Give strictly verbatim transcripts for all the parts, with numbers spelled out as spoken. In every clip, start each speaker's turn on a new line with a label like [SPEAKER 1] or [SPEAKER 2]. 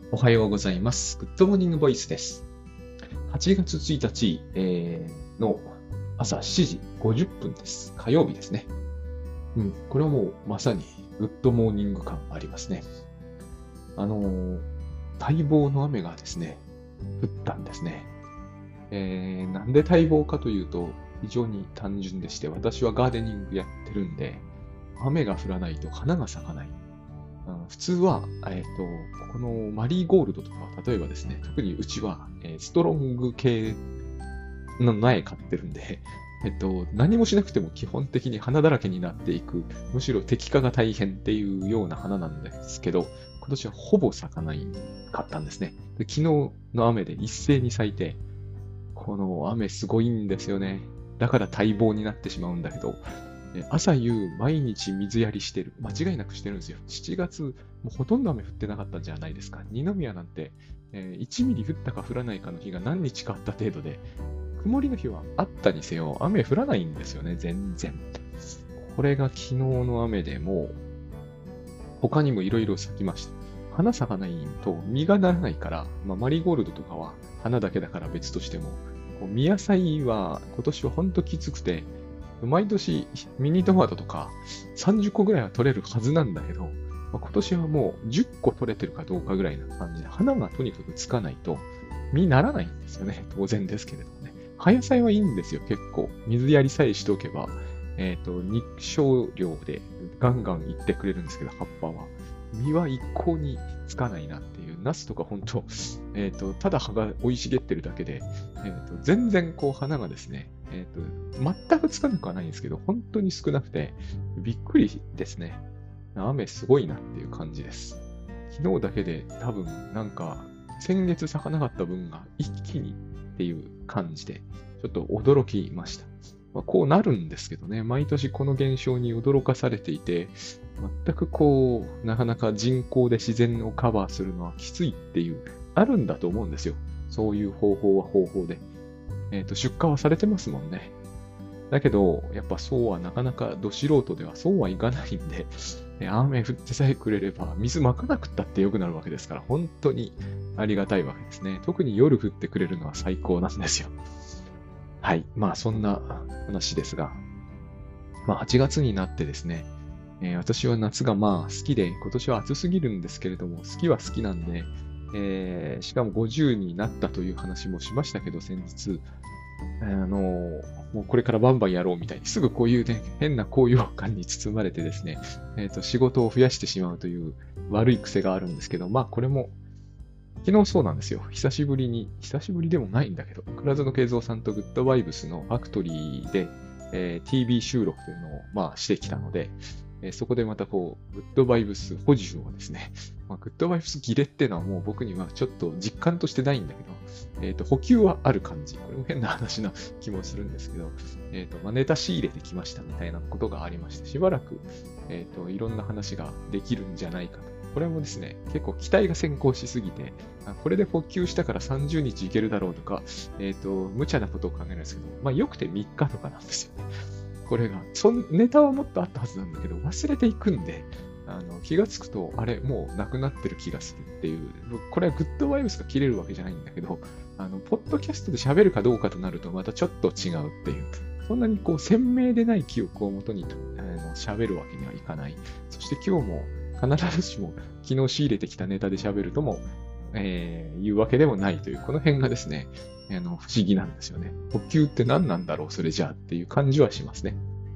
[SPEAKER 1] おはようございます。グッドモーニングボイスです。はちがつついたち、えーの朝しちじごじゅっぷんです。火曜日ですね。うん、これはもうまさにグッドモーニング感ありますね。あのー待望の雨がですね、降ったんですね。えーなんで待望かというと、非常に単純でして、私はガーデニングやってるんで、雨が降らないと花が咲かない。うん、普通は、えっと、このマリーゴールドとかは、例えばですね、特にうちは、えーストロング系の苗買ってるんで、えっと、何もしなくても基本的に花だらけになっていく、むしろ摘果が大変っていうような花なんですけど、今年はほぼ咲かないかったんですね。で昨日の雨で一斉に咲いて、この雨すごいんですよね。だから待望になってしまうんだけど、え朝夕毎日水やりしてる。間違いなくしてるんですよ。しちがつ、もうほとんど雨降ってなかったんじゃないですか。二宮なんて、えーいちミリ降ったか降らないかの日が何日かあった程度で、曇りの日はあったにせよ、雨降らないんですよね、全然。これが昨日の雨でもう、他にもいろいろ咲きました。花咲かないと実がならないから、まあ、マリーゴールドとかは花だけだから別としても、こう実野菜は今年は本当きつくて、毎年ミニトマトとかさんじゅっこぐらいは取れるはずなんだけど、まあ、今年はもうじゅっこ取れてるかどうかぐらいな感じで、花がとにかくつかないと実ならないんですよね。当然ですけれどもね。葉野菜はいいんですよ、結構。水やりさえしておけば、えっと、日照量でガンガンいってくれるんですけど、葉っぱは。実は一向につかないなっていう。ナスとか本当、えっと、ただ葉が生い茂ってるだけで、えっと、全然こう花がですね、えっと、全くつかなくはないんですけど、本当に少なくて、びっくりですね。雨すごいなっていう感じです。昨日だけで多分なんか、先月咲かなかった分が一気にっていう感じで、ちょっと驚きました。まあ、こうなるんですけどね、毎年この現象に驚かされていて、全くこう、なかなか人工で自然をカバーするのはきついっていう、あるんだと思うんですよ。そういう方法は方法で。えっと、出荷はされてますもんね。だけど、やっぱそうはなかなかど素人ではそうはいかないんで、ね雨降ってさえくれれば、水まかなくったって良くなるわけですから、本当にありがたいわけですね。特に夜降ってくれるのは最高なんですよ。はい。まあ、そんな話ですが、まあ、はちがつになってですね、えー私は夏がまあ好きで、今年は暑すぎるんですけれども、好きは好きなんで、えーしかもごじゅうになったという話もしましたけど、先日、あの、もうこれからバンバンやろうみたいに、すぐこういうね、変な高揚感に包まれてですね、えっと、仕事を増やしてしまうという悪い癖があるんですけど、まあこれも、昨日そうなんですよ。久しぶりに、久しぶりでもないんだけど、倉園慶三さんとグッドバイブスのファクトリーで、えー ティービー 収録というのを、まあ、してきたので、えーそこでまたこう、グッドバイブス補充をですね、まあ、グッドバイブス切れっていうのはもう僕にはちょっと実感としてないんだけど、えっと、補給はある感じ。これも変な話な気もするんですけど、えっと、まあ、ネタ仕入れてきましたみたいなことがありまして、しばらく、えっと、いろんな話ができるんじゃないかと。これもですね、結構期待が先行しすぎて、あこれで補給したからさんじゅうにちいけるだろうとか、えっと、無茶なことを考えるんですけど、まあ、よくてみっかとかなんですよね。これが、そんネタはもっとあったはずなんだけど、忘れていくんで、あの気がつくと、あれ、もうなくなってる気がするっていう、これはグッドバイブスが切れるわけじゃないんだけど、あの、ポッドキャストで喋るかどうかとなると、またちょっと違うっていう、そんなにこう鮮明でない記憶をもとにあの喋るわけにはいかない。そして今日も必ずしも昨日仕入れてきたネタで喋るとも、えー、言うわけでもないという、この辺がですね、あの不思議なんですよね。補給って何なんだろう、それじゃあっていう感じはしますね。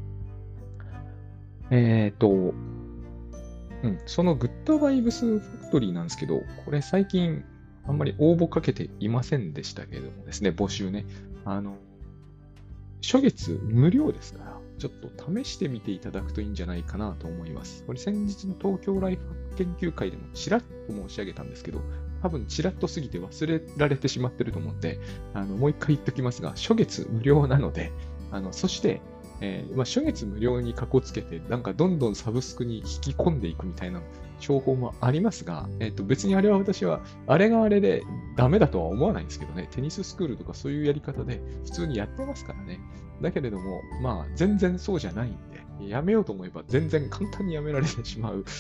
[SPEAKER 1] えっと、うん、そのグッドバイブスファクトリーなんですけど、これ最近あんまり応募かけていませんでしたけれどもですね、募集ね。あの、初月無料ですから、ちょっと試してみていただくといいんじゃないかなと思います。これ先日の東京ライフ研究会でもちらっと申し上げたんですけど、多分ちらっと過ぎて忘れられてしまってると思うんで、あのもう一回言っておきますが、初月無料なので、あのそして、えーまあ、初月無料にかこつけて、なんかどんどんサブスクに引き込んでいくみたいな情報もありますが、えー、と別にあれは私は、あれがあれでダメだとは思わないんですけどね、テニススクールとかそういうやり方で普通にやってますからね。だけれども、まあ全然そうじゃないんで、やめようと思えば全然簡単にやめられてしまう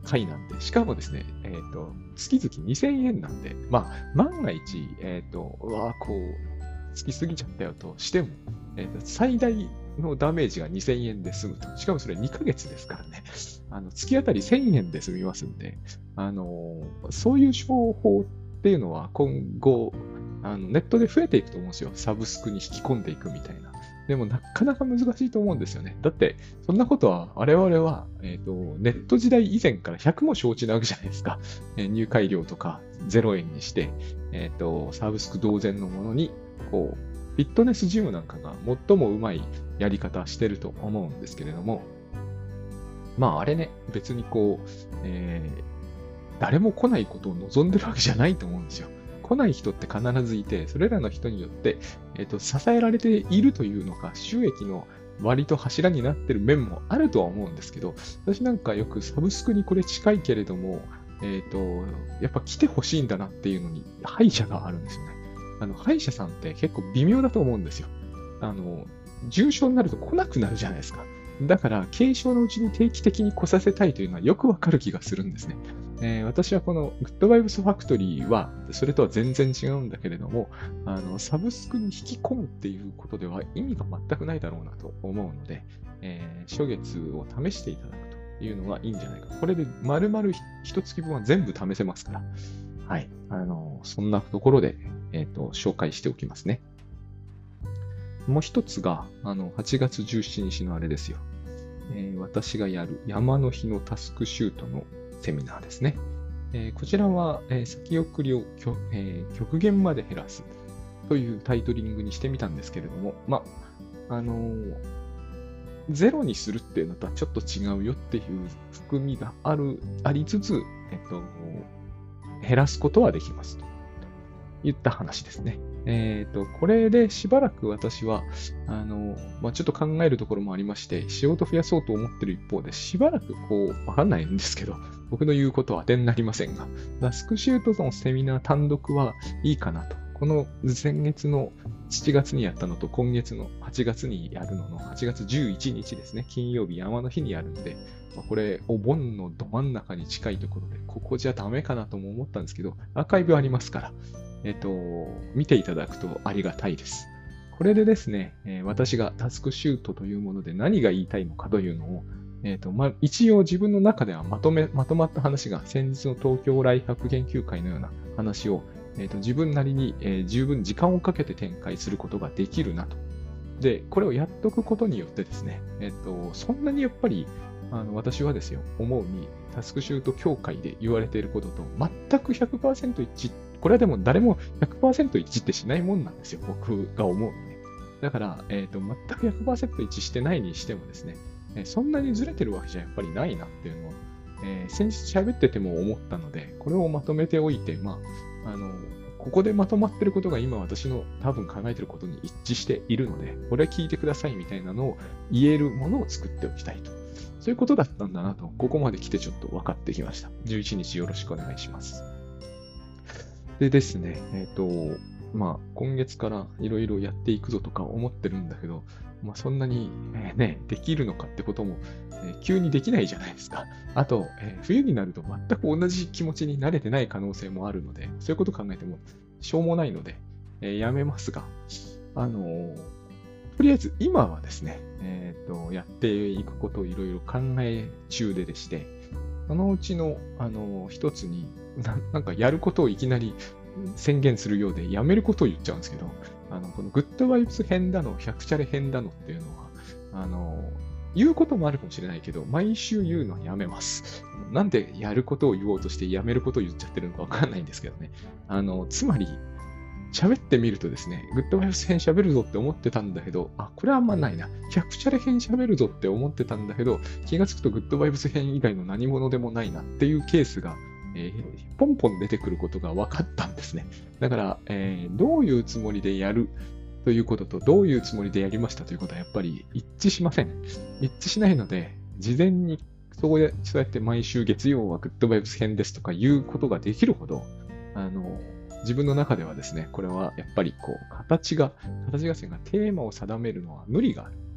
[SPEAKER 1] 回なんで、しかもですね、えっと、月々にせんえんなんで、まあ、万が一、えっと、うわーこう、つきすぎちゃったよとしても、えっと、最大のダメージがにせんえんで済むと。しかもそれにかげつですからね。あの、月当たりせんえんで済みますんで、あの、そういう商法っていうのは今後、あのネットで増えていくと思うんですよ。サブスクに引き込んでいくみたいな。でもなかなか難しいと思うんですよね。だって、そんなことは我々は、えーと、ネット時代以前からひゃくも承知なわけじゃないですか。えー入会料とかゼロえんにして、えーと、サブスク同然のものに、こう、フィットネスジムなんかが最もうまいやり方してると思うんですけれども、まああれね、別にこう、えー誰も来ないことを望んでるわけじゃないと思うんですよ。来ない人って必ずいて、それらの人によって、えっと、支えられているというのか、収益の割と柱になってる面もあるとは思うんですけど、私なんかよくサブスクにこれ近いけれども、えっと、やっぱ来てほしいんだなっていうのに、歯医者があるんですよね。あの、歯医者さんって結構微妙だと思うんですよ。あの、重症になると来なくなるじゃないですか。だから、軽症のうちに定期的に来させたいというのはよくわかる気がするんですね。えー私はこの Good Vibes Factory は、それとは全然違うんだけれども、あの、サブスクに引き込むっていうことでは意味が全くないだろうなと思うので、えー初月を試していただくというのがいいんじゃないか。これで丸々一月分は全部試せますから。はい。あの、そんなところで、えっと、紹介しておきますね。もう一つが、あの、はちがつじゅうしちにちのあれですよ。えー私がやる山の日のタスクシュートのセミナーですね。えーこちらは、えー先送りをきょ、えー極限まで減らすというタイトリングにしてみたんですけれども、まあ、あのーゼロにするっていうのとはちょっと違うよっていう含みがある、ありつつ、えっと、減らすことはできますといった話ですね。えっと、これでしばらく私は、あの、まあ、ちょっと考えるところもありまして、仕事増やそうと思ってる一方で、しばらくこう、わかんないんですけど、僕の言うことは当てになりませんが、ラスクシュートのセミナー単独はいいかなと。この前月のしちがつにやったのと、今月のはちがつにやるのの、はちがつじゅういちにちですね、金曜日山の日にやるんで、まあこれ、お盆のど真ん中に近いところで、ここじゃダメかなとも思ったんですけど、アーカイブありますから、えっと、見ていただくとありがたいです。これでですね、えー私がタスクシュートというもので何が言いたいのかというのを、えっと、まあ、一応自分の中ではまとめ、まとまった話が先日の東京ライフハック研究会のような話を、えっと、自分なりに、えー十分時間をかけて展開することができるなと。で、これをやっとくことによってですね、えっと、そんなにやっぱり、あの、私はですよ、思うに、タスクシュート協会で言われていることと全くひゃくパーセント一致、これはでも誰もひゃくパーセント一致ってしないもんなんですよ、僕が思うのね。だから、えっと、全くひゃくパーセント一致してないにしてもですね、えーそんなにずれてるわけじゃやっぱりないなっていうのを、えー先日喋ってても思ったので、これをまとめておいて、まあ、あの、ここでまとまってることが今私の多分考えてることに一致しているので、これ聞いてくださいみたいなのを言えるものを作っておきたいと。そういうことだったんだなと、ここまで来てちょっと分かってきました。じゅういちにちよろしくお願いします。でですね、えっと、まあ、今月からいろいろやっていくぞとか思ってるんだけど、まあ、そんなに、えーね、できるのかってことも、えー急にできないじゃないですか。あと、えー冬になると全く同じ気持ちに慣れてない可能性もあるので、そういうこと考えてもしょうもないので、えーやめますが、あのーとりあえず今はですね、えっと、やっていくことをいろいろ考え中ででして、そのうちの、あのー一つにな、なんかやることをいきなり宣言するようでやめることを言っちゃうんですけど、あの、このグッドバイブス編だの、百チャレ編だのっていうのは、あの、言うこともあるかもしれないけど、毎週言うのはやめます。なんでやることを言おうとしてやめることを言っちゃってるのかわかんないんですけどね。あの、つまり、喋ってみるとですね、グッドバイブス編喋るぞって思ってたんだけど、あ、これはあんまないな。百チャレ編喋るぞって思ってたんだけど、気がつくとグッドバイブス編以外の何者でもないなっていうケースが、えーポンポン出てくることが分かったんですね。だから、えーどういうつもりでやるということと、どういうつもりでやりましたということはやっぱり一致しません。一致しないので、事前にそうやそうやって毎週月曜はグッドバイブス編ですとかいうことができるほど、あの、自分の中ではですね、これはやっぱりこう、形が、形が線がテーマを定めるのは無理がある。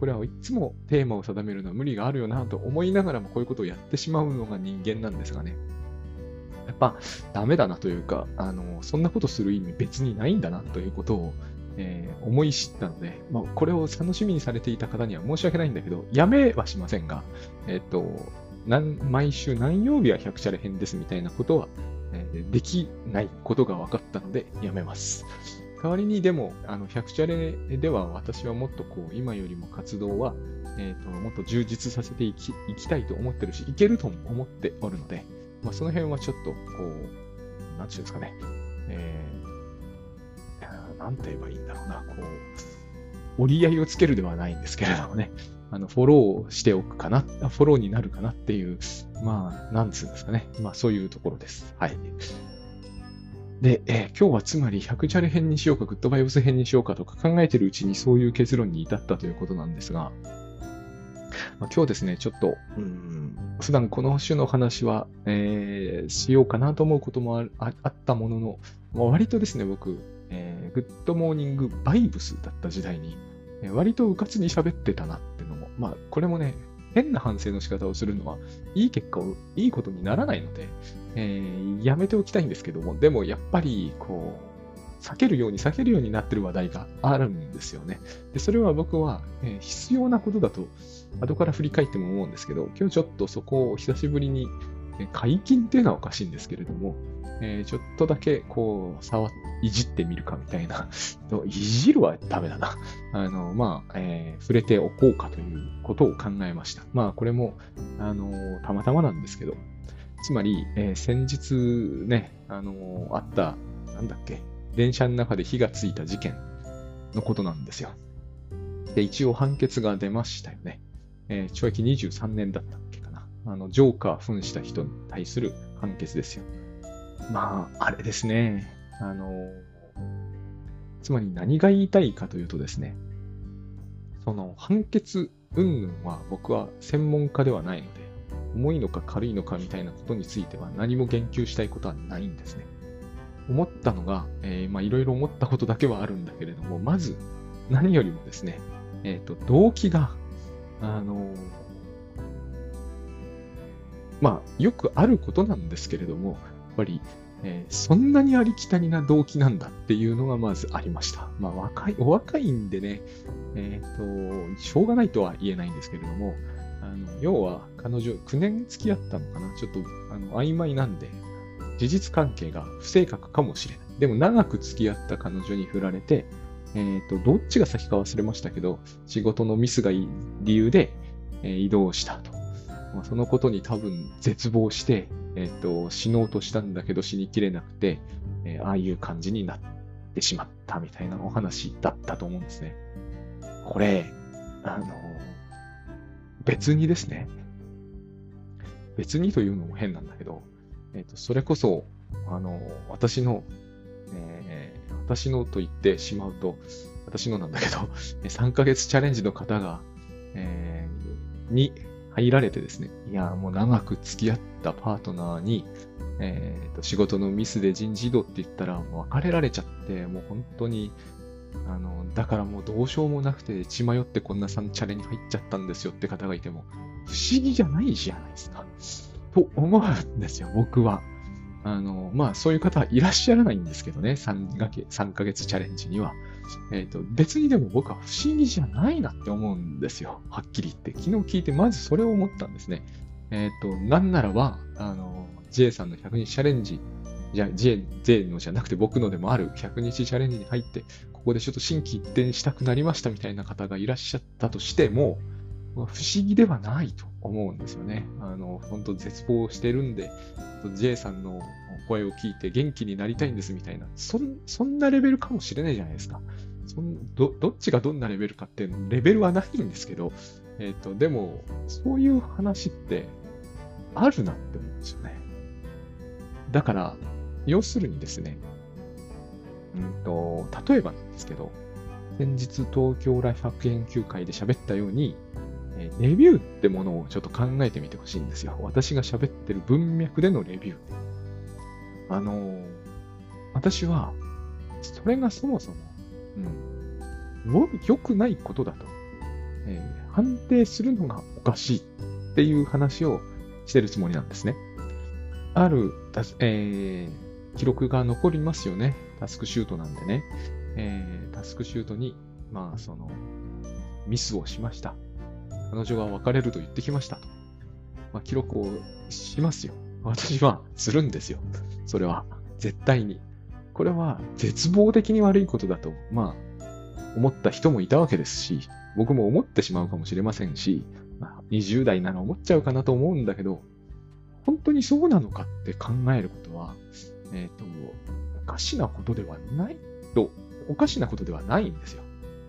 [SPEAKER 1] これはいつもテーマを定めるのは無理があるよなと思いながらもこういうことをやってしまうのが人間なんですがね。やっぱダメだなというか、あの、そんなことする意味別にないんだなということを、えー思い知ったので、まあ、これを楽しみにされていた方には申し訳ないんだけど、やめはしませんが、えっと、なん毎週何曜日はひゃくチャレ編ですみたいなことは、えーできないことが分かったのでやめます。代わりにでも、あの、ひゃくチャレでは私はもっとこう、今よりも活動は、えっと、もっと充実させていき、いきたいと思ってるし、いけるとも思っておるので、まあ、その辺はちょっと、こう、なんていうんですかね、えー、なんて言えばいいんだろうな、こう、折り合いをつけるではないんですけれどもね、あの、フォローしておくかな、フォローになるかなっていう、まあ、なんつうんですかね、まあ、そういうところです。はい。で、えー今日はつまりひゃくチャレ編にしようか、グッドバイブス編にしようかとか考えてるうちにそういう結論に至ったということなんですが、まあ、今日ですね、ちょっと、うん、普段この種の話は、えーしようかなと思うこともあああったものの、まあ、割とですね、僕、えーグッドモーニングバイブスだった時代に、えー割と迂闊に喋ってたなっていうのも、まあ、これもね、変な反省の仕方をするのは、いい結果を、いいことにならないので、えーやめておきたいんですけども、でもやっぱり、こう、避けるように避けるようになってる話題があるんですよね。で、それは僕は、えー必要なことだと、後から振り返っても思うんですけど、今日ちょっとそこを久しぶりに、えー解禁っていうのはおかしいんですけれども、えーちょっとだけ、こう、触っ、いじってみるかみたいな。いじるはダメだな。あの、まあ、えー触れておこうかということを考えました。まあ、これも、あのたまたまなんですけど、つまり、えー先日ね、あのあった、なんだっけ、電車の中で火がついた事件のことなんですよ。で、一応判決が出ましたよね。えー懲役にじゅうさんねんだったっけかな。あの、ジョーカー扮した人に対する判決ですよ。まあ、あれですね。あのつまり何が言いたいかというとですね、その判決云々は僕は専門家ではないので、重いのか軽いのかみたいなことについては何も言及したいことはないんですね。思ったのが、えーまあいろいろ思ったことだけはあるんだけれども、まず何よりもですね、えっと、動機が、あのーまあよくあることなんですけれども、やっぱり、えーそんなにありきたりな動機なんだっていうのがまずありました。まあ若い、お若いんでね、えっと、しょうがないとは言えないんですけれども、あの要は彼女きゅうねん付き合ったのかな、ちょっとあの曖昧なんで、事実関係が不正確かもしれない。でも長く付き合った彼女に振られて、えっと、どっちが先か忘れましたけど、仕事のミスがいい理由で、えー移動したと。まあ、そのことに多分絶望して、えっと、死のうとしたんだけど死にきれなくて、えーああいう感じになってしまったみたいなお話だったと思うんですね。これ、あの、別にですね、別にというのも変なんだけど、えっと、それこそ、あの、私の、えー私のと言ってしまうと、私のなんだけど、さんかげつチャレンジの方が、えーに入られてですね、いや、もう長く付き合ったパートナーに、えーと仕事のミスで人事異動って言ったら、もう別れられちゃって、もう本当に、あの、だからもうどうしようもなくて血迷ってこんなさんチャレに入っちゃったんですよって方がいても、不思議じゃないじゃないですか。と思うんですよ、僕は。あの、まあ、そういう方はいらっしゃらないんですけどね、さんかげつ、さんかげつチャレンジには。えっと、別にでも僕は不思議じゃないなって思うんですよ。はっきり言って。昨日聞いてまずそれを思ったんですね。えっと、なんならば、あの、J さんのひゃくにちチャレンジ、じゃ J、J のじゃなくて僕のでもあるひゃくにちチャレンジに入って、ここでちょっと心機一転したくなりましたみたいな方がいらっしゃったとしても、まあ不思議ではないと思うんですよね。あの、本当絶望してるんで、J さんの声を聞いて元気になりたいんですみたいな、そんそんなレベルかもしれないじゃないですか。そんどどっちがどんなレベルかってレベルはないんですけど、えっと、でも、そういう話ってあるなって思うんですよね。だから、要するにですね、うんと、例えばなんですけど、先日東京ライフハック研究会で喋ったように、えーレビューってものをちょっと考えてみてほしいんですよ。私が喋ってる文脈でのレビュー。あのー私は、それがそもそも、うん、よ良くないことだとえー判定するのがおかしいっていう話をしてるつもりなんですね。ある、えー記録が残りますよね。タスクシュートなんでね。えータスクシュートに、まあ、その、ミスをしました。彼女が別れると言ってきましたと。まあ、記録をしますよ。私はするんですよ。それは。絶対に。これは絶望的に悪いことだと、まあ、思った人もいたわけですし、僕も思ってしまうかもしれませんし、まあ、にじゅう代なら思っちゃうかなと思うんだけど、本当にそうなのかって考えることは、えっと、おかしなことではないと、おかしなことではないんですよ。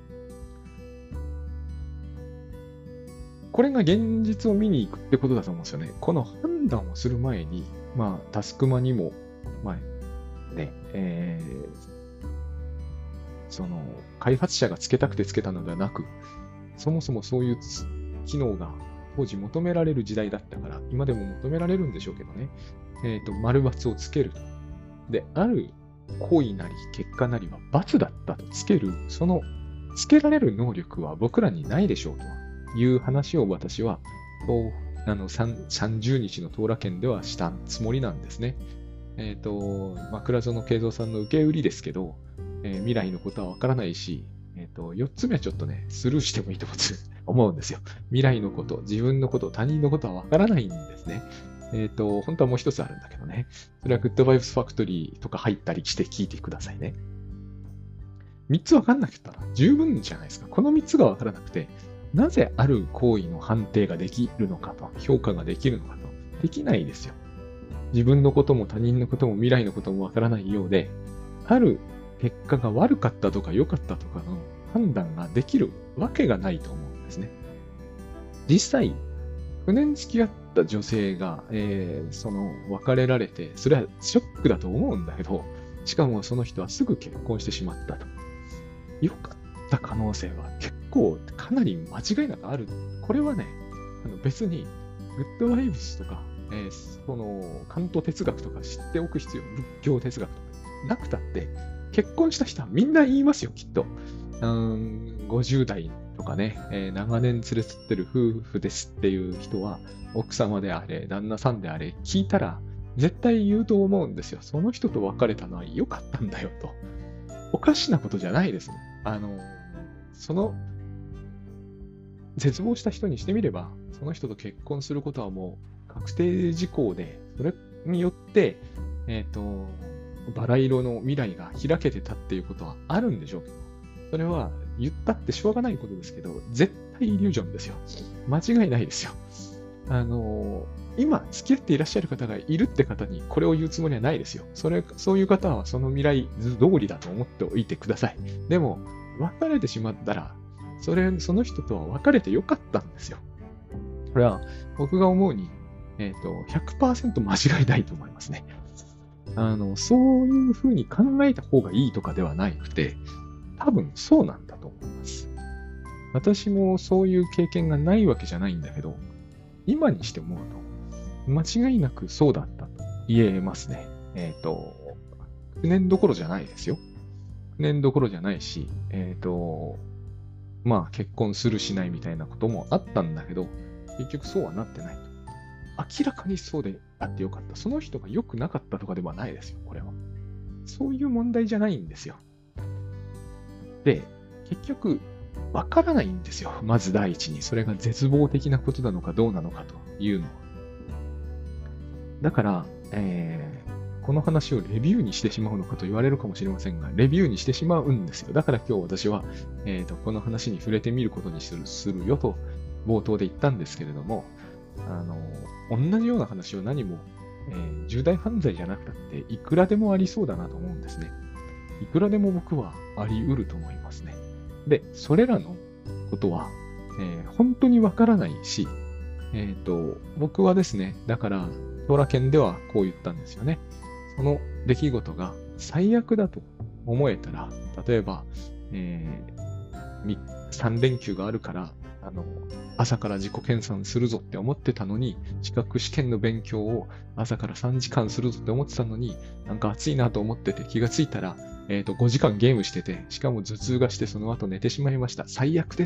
[SPEAKER 1] これが現実を見に行くってことだと思うんですよね。この判断をする前に、まあ、タスクマにも、まあ、ね、えー、その、開発者がつけたくてつけたのではなく、そもそもそういう機能が当時求められる時代だったから、今でも求められるんでしょうけどね。えっと、丸×をつけると。で、ある行為なり結果なりは×だったとつける、その、つけられる能力は僕らにないでしょうという話を私は、あの、さんじゅうにちの当羅圏ではしたつもりなんですね。えっと、まあ、倉園慶三さんの受け売りですけど、えー未来のことはわからないし、えっと、よっつめはちょっとね、スルーしてもいいと思うんですよ。未来のこと、自分のこと、他人のことはわからないんですね。えっと、本当はもう一つあるんだけどね。それはグッドバイブスファクトリーとか入ったりして聞いてくださいね。みっつわかんなかったら十分じゃないですか。このみっつがわからなくて、なぜある行為の判定ができるのかと、評価ができるのかと、できないですよ。自分のことも他人のことも未来のこともわからないようで、ある結果が悪かったとか良かったとかの判断ができるわけがないと思うんですね。実際、きゅうねん付き合った女性が、えー、その別れられて、それはショックだと思うんだけど、しかもその人はすぐ結婚してしまったと。良かった可能性は結構かなり間違いなくある。これはね、あの別にグッドバイブスとか、えー、その関東哲学とか知っておく必要、仏教哲学とかなくたって、結婚した人はみんな言いますよ、きっと。うーん、ごじゅう代とかね、えー長年連れ添ってる夫婦ですっていう人は、奥様であれ、旦那さんであれ、聞いたら、絶対言うと思うんですよ。その人と別れたのは良かったんだよと。おかしなことじゃないですね。あの、その、絶望した人にしてみれば、その人と結婚することはもう確定事項で、それによって、えっと、バラ色の未来が開けてたっていうことはあるんでしょうけど、それは言ったってしょうがないことですけど、絶対イリュージョンですよ。間違いないですよ。あの、今付き合っていらっしゃる方がいるって方にこれを言うつもりはないですよ。それ、そういう方はその未来図通りだと思っておいてください。でも、別れてしまったら、それ、その人とは別れてよかったんですよ。これは僕が思うに、えっと、ひゃくパーセント間違いないと思いますね。あの、そういうふうに考えた方がいいとかではなくて、多分そうなんだと思います。私もそういう経験がないわけじゃないんだけど、今にして思うと、間違いなくそうだったと言えますね。えっと、きゅうねんどころじゃないですよ。きゅうねんどころじゃないし、えっと、まあ結婚するしないみたいなこともあったんだけど、結局そうはなってないと。明らかにそうであってよかった。その人が良くなかったとかではないですよ、これは。そういう問題じゃないんですよ。で、結局、わからないんですよ。まず第一に。それが絶望的なことなのかどうなのかというのは。だから、えー、この話をレビューにしてしまうのかと言われるかもしれませんが、レビューにしてしまうんですよ。だから今日私は、えーと、この話に触れてみることにする、するよと冒頭で言ったんですけれども、あの、同じような話を何も、えー、重大犯罪じゃなくたっていくらでもありそうだなと思うんですね。いくらでも僕はあり得ると思いますね。で、それらのことは、えー本当にわからないし、えっと、僕はですね、だから、トラ県ではこう言ったんですよね。その出来事が最悪だと思えたら、例えば、えー、さん連休があるから、あの、朝から自己研鑽するぞって思ってたのに、資格試験の勉強を朝からさんじかんするぞって思ってたのに、なんか暑いなと思ってて気がついたら、えっと、ごじかんゲームしてて、しかも頭痛がしてその後寝てしまいました。最悪です。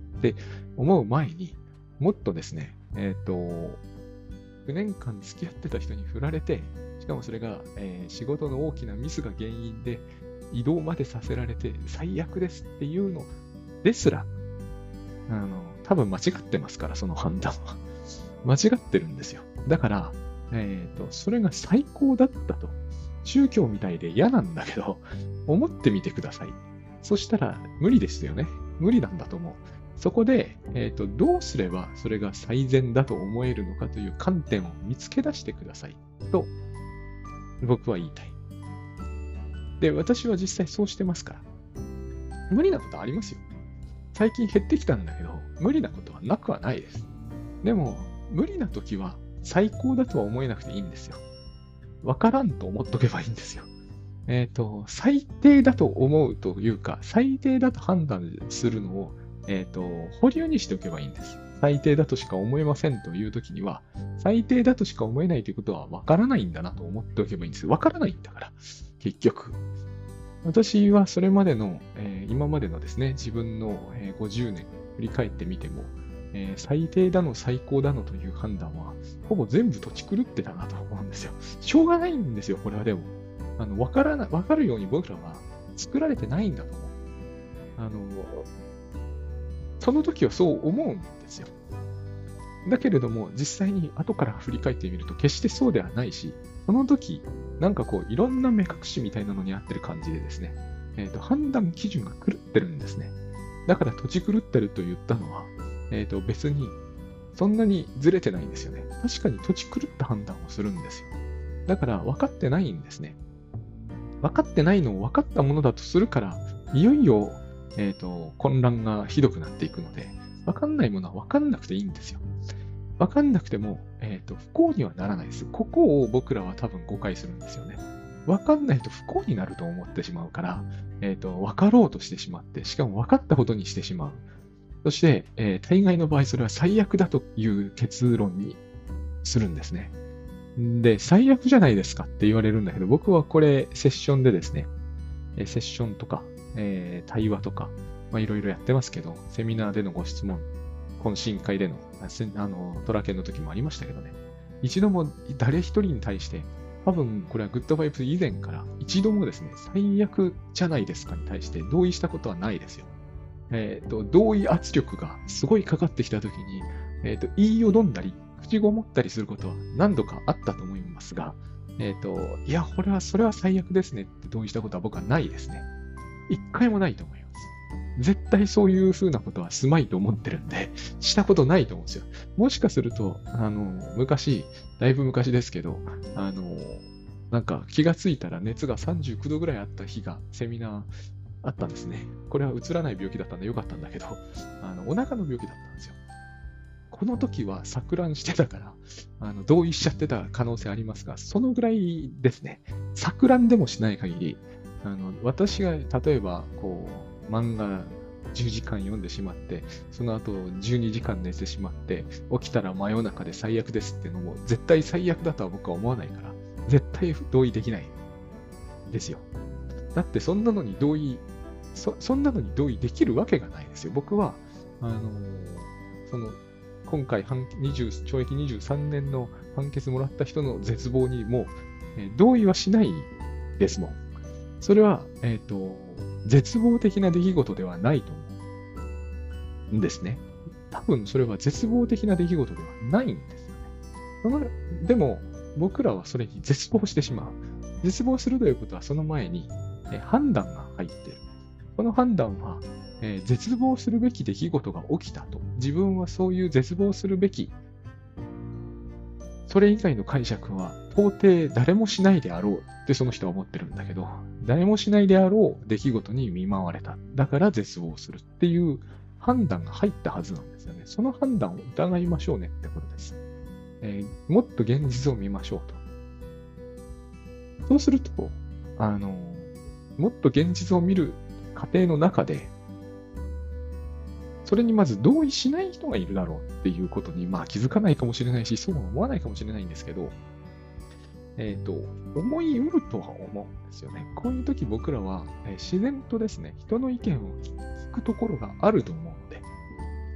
[SPEAKER 1] って思う前に、もっとですね、えっと、きゅうねんかん付き合ってた人に振られて、しかもそれが、えー仕事の大きなミスが原因で移動までさせられて最悪ですっていうのですら、あの、多分間違ってますから、その判断は。間違ってるんですよ。だから、えっと、それが最高だったと。宗教みたいで嫌なんだけど、思ってみてください。そしたら無理ですよね。無理なんだと思う。そこで、えっと、どうすればそれが最善だと思えるのかという観点を見つけ出してください。と、僕は言いたい。で、私は実際そうしてますから。無理なことありますよ。最近減ってきたんだけど、無理なことはなくはないです。でも、無理な時は最高だとは思えなくていいんですよ。わからんと思っとけばいいんですよ。えっと、最低だと思うというか、最低だと判断するのを、えっと、保留にしておけばいいんです。最低だとしか思えませんという時には、最低だとしか思えないということはわからないんだなと思っておけばいいんです。わからないんだから、結局。私はそれまでの、えー今までのですね、自分の、えーごじゅうねん振り返ってみても、えー最低だの最高だのという判断は、ほぼ全部土地狂ってたなと思うんですよ。しょうがないんですよ、これはでも。あの、わからない、わかるように僕らは作られてないんだと思う。あの、その時はそう思うんですよ。だけれども、実際に後から振り返ってみると、決してそうではないし、その時、なんかこう、いろんな目隠しみたいなのに合ってる感じでですね、えっと、判断基準が狂ってるんですね。だから土地狂ってると言ったのは、えっと、別に、そんなにずれてないんですよね。確かに土地狂った判断をするんですよ。だから分かってないんですね。分かってないのを分かったものだとするから、いよいよ、えっと、混乱がひどくなっていくので、分かんないものは分かんなくていいんですよ。分かんなくても、えっと、不幸にはならないです。ここを僕らは多分誤解するんですよね。分かんないと不幸になると思ってしまうから、えっと、分かろうとしてしまって、しかも分かったことにしてしまう。そして、えー大概の場合それは最悪だという結論にするんですね。で、最悪じゃないですかって言われるんだけど、僕はこれセッションでですね、えーセッションとか、えー対話とか、まあいろいろやってますけど、セミナーでのご質問、懇親会での、あせあの、トラケンの時もありましたけどね、一度も誰一人に対して、多分これはグッドバイブス以前から一度もですね、最悪じゃないですかに対して同意したことはないですよ。えっと、同意圧力がすごいかかってきたときに、えっと、言いよどんだり、口ごもったりすることは何度かあったと思いますが、えっと、いや、これは、それは最悪ですねって同意したことは僕はないですね。一回もないと思います。絶対そういう風なことはすまいと思ってるんで、したことないと思うんですよ。もしかすると、あの、昔、だいぶ昔ですけど、あの、なんか気がついたら熱がさんじゅうきゅうどぐらいあった日が、セミナー、あったんですね。これはうつらない病気だったんでよかったんだけど、あの、お腹の病気だったんですよ。この時は錯乱してたから、あの、同意しちゃってた可能性ありますが、そのぐらいですね。錯乱でもしない限り、あの、私が例えば、こう、漫画じゅうじかん読んでしまって、その後じゅうにじかん寝てしまって、起きたら真夜中で最悪ですっていうのも、絶対最悪だとは僕は思わないから、絶対同意できないですよ。だってそんなのに同意そ、そんなのに同意できるわけがないですよ。僕は、あのーその、今回判にじゅう、懲役にじゅうさんねんの判決もらった人の絶望にも、えー同意はしないですもん。それは、えっと、絶望的な出来事ではないと思うんですね。多分それは絶望的な出来事ではないんですよね。そのでも、僕らはそれに絶望してしまう。絶望するということはその前に、えー判断が入っている。この判断は、えー絶望するべき出来事が起きたと。自分はそういう絶望するべき、それ以外の解釈は到底誰もしないであろうってその人は思ってるんだけど、誰もしないであろう出来事に見舞われた。だから絶望するっていう判断が入ったはずなんですよね。その判断を疑いましょうねってことです。えーもっと現実を見ましょうと。そうすると、あの、もっと現実を見る過程の中で、それにまず同意しない人がいるだろうっていうことに、まあ気づかないかもしれないし、そうは思わないかもしれないんですけど、えっと、思い得るとは思うんですよね。こういう時僕らは、えー自然とですね、人の意見を聞くところがあると思うので、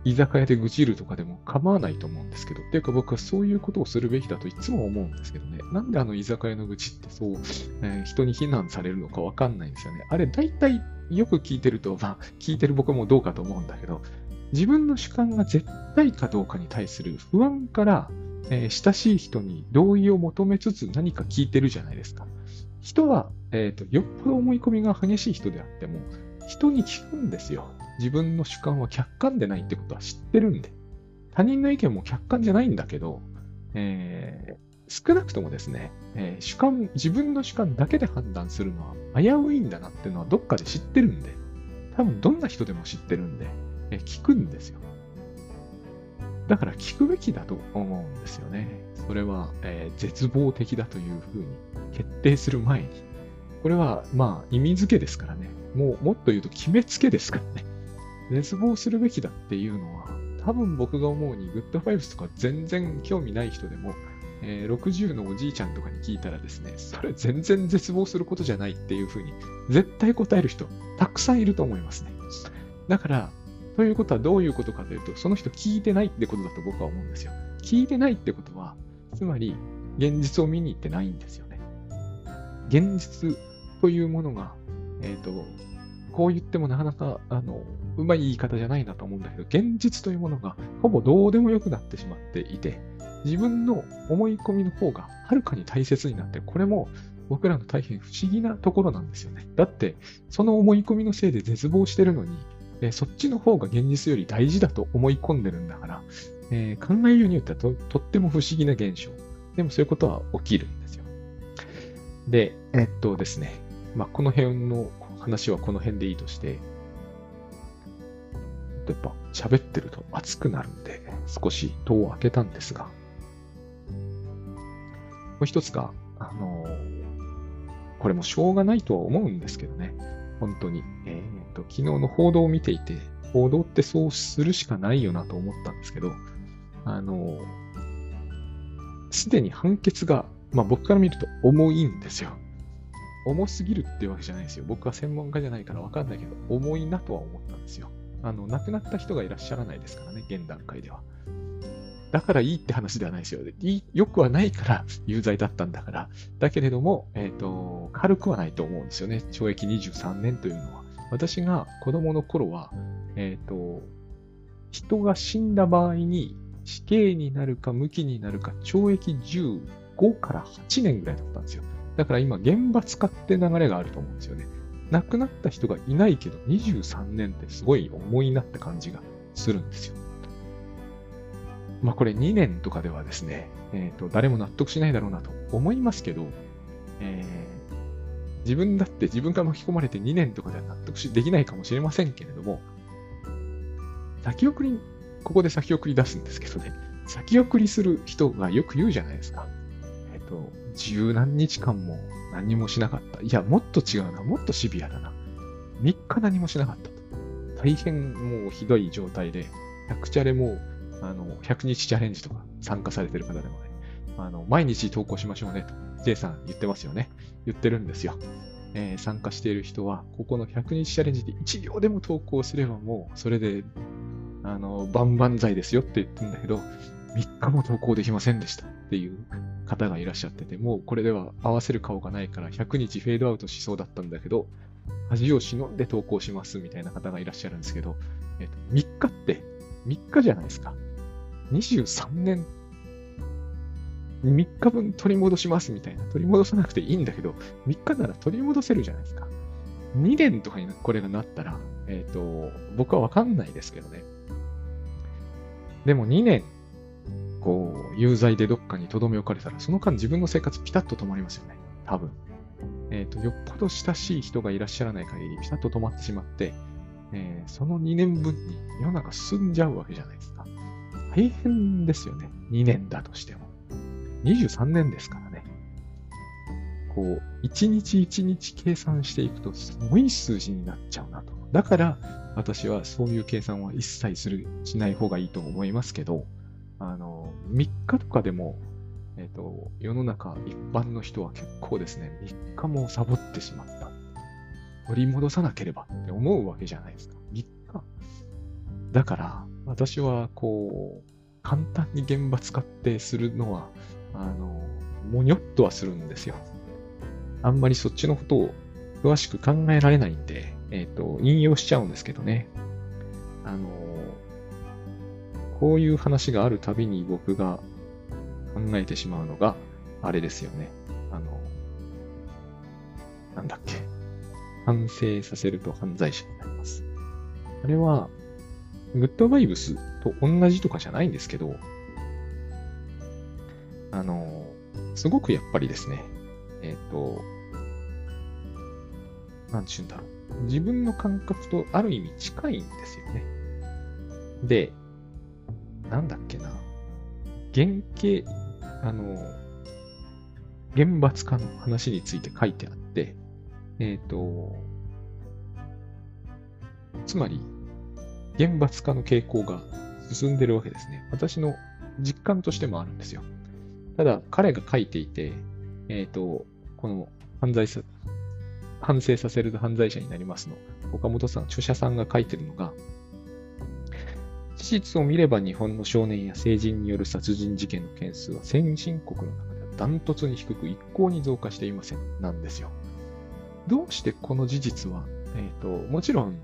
[SPEAKER 1] 居酒屋で愚痴るとかでも構わないと思うんですけど、っていうか僕はそういうことをするべきだといつも思うんですけどね。なんであの居酒屋の愚痴ってそう、えー人に非難されるのかわかんないんですよね。あれ大体よく聞いてると、まあ聞いてる僕もどうかと思うんだけど、自分の主観が絶対かどうかに対する不安から、えー親しい人に同意を求めつつ何か聞いてるじゃないですか。人は、えっと、よっぽど思い込みが激しい人であっても、人に聞くんですよ。自分の主観は客観でないってことは知ってるんで。他人の意見も客観じゃないんだけど、えー少なくともですね、えー主観、自分の主観だけで判断するのは危ういんだなっていうのはどっかで知ってるんで、多分どんな人でも知ってるんで、えー聞くんですよ。だから聞くべきだと思うんですよね。それは、えー絶望的だというふうに決定する前に。これは、まあ、意味付けですからね。もう、もっと言うと決めつけですからね。絶望するべきだっていうのは、多分僕が思うに、グッドファイブスとか全然興味ない人でも、えーろくじゅうのおじいちゃんとかに聞いたらですね、それ全然絶望することじゃないっていうふうに、絶対答える人、たくさんいると思いますね。だから、ということはどういうことかというと、その人聞いてないってことだと僕は思うんですよ。聞いてないってことは、つまり、現実を見に行ってないんですよね。現実というものが、えっと、こう言ってもなかなか、あの、うまい言い方じゃないなと思うんだけど、現実というものがほぼどうでもよくなってしまっていて、自分の思い込みの方がはるかに大切になって、これも僕らの大変不思議なところなんですよね。だって、その思い込みのせいで絶望してるのに、えーそっちの方が現実より大事だと思い込んでるんだから、えー考えようによってはととっても不思議な現象。でもそういうことは起きるんですよ。で、えっとですね、まあ、この辺の話はこの辺でいいとして、やっぱ喋ってると熱くなるんで、少し戸を開けたんですが、もう一つが、あのこれもしょうがないとは思うんですけどね、本当に。えーと、昨日の報道を見ていて、報道ってそうするしかないよなと思ったんですけど、あのすでに判決が、まあ僕から見ると重いんですよ。重すぎるっていうわけじゃないですよ。僕は専門家じゃないからわかんないけど、重いなとは思ったんですよ。あの、亡くなった人がいらっしゃらないですからね、現段階では。だからいいって話ではないですよ。いいよくはないから有罪だったんだから。だけれども、えっと、軽くはないと思うんですよね。懲役にじゅうさんねんというのは。私が子供の頃は、えっと、人が死んだ場合に死刑になるか無期になるか懲役じゅうごからはちねんぐらいだったんですよ。だから今、厳罰化って流れがあると思うんですよね。亡くなった人がいないけど、にじゅうさんねんってすごい重いなって感じがするんですよ。まあこれにねんとかではですね、えっと、誰も納得しないだろうなと思いますけど、えー自分だって自分が巻き込まれてにねんとかでは納得しできないかもしれませんけれども、先送り、ここで先送り出すんですけどね、先送りする人がよく言うじゃないですか。えっと、十何日間も何もしなかった。いや、もっと違うな。もっとシビアだな。みっか何もしなかったと。大変もうひどい状態で、ひゃくチャレも、あの、ひゃくにちチャレンジとか参加されてる方でもね、あの、毎日投稿しましょうねと、J さん言ってますよね。言ってるんですよ。えー参加している人は、ここのひゃくにちチャレンジでいちびょうでも投稿すればもう、それで、あの、万々歳ですよって言ってるんだけど、みっかも投稿できませんでしたっていう方がいらっしゃってて、もうこれでは合わせる顔がないからひゃくにちフェードアウトしそうだったんだけど、恥を忍んで投稿しますみたいな方がいらっしゃるんですけど、えっと、みっかってみっかじゃないですか。にじゅうさんねん、みっかぶん取り戻しますみたいな。取り戻さなくていいんだけど、みっかなら取り戻せるじゃないですか。にねんとかにこれがなったら、えっと、僕はわかんないですけどね。でもにねん、こう、有罪でどっかに留め置かれたら、その間自分の生活ピタッと止まりますよね。多分。えっと、よっぽど親しい人がいらっしゃらない限り、ピタッと止まってしまって、えーそのにねんぶんに世の中進んじゃうわけじゃないですか。大変ですよね。にねんだとしても。にじゅうさんねんですからね。こう、一日一日計算していくと、すごい数字になっちゃうなと。だから、私はそういう計算は一切する、しない方がいいと思いますけど、あの、みっかとかでも、えっと、世の中一般の人は結構ですね、みっかもサボってしまった。取り戻さなければって思うわけじゃないですか。みっか。だから、 私は、こう、簡単に厳罰化ってするのは、あの、もにょっとはするんですよ。あんまりそっちのことを詳しく考えられないんで、えっと、引用しちゃうんですけどね。あの、こういう話があるたびに僕が考えてしまうのが、あれですよね。あの、なんだっけ。反省させると犯罪者になります。あれは、グッドバイブスと同じとかじゃないんですけど、あの、すごくやっぱりですね、えっと、なんちゅうんだろう。自分の感覚とある意味近いんですよね。で、なんだっけな。原型、あの、厳罰化の話について書いてあって、えっと、つまり、厳罰化の傾向が進んでるわけですね。私の実感としてもあるんですよ。ただ、彼が書いていて、えっと、この犯罪さ、反省させると犯罪者になりますの。岡本さん、著者さんが書いてるのが、事実を見れば日本の少年や成人による殺人事件の件数は先進国の中ではダントツに低く一向に増加していません。なんですよ。どうしてこの事実は、えっと、もちろん、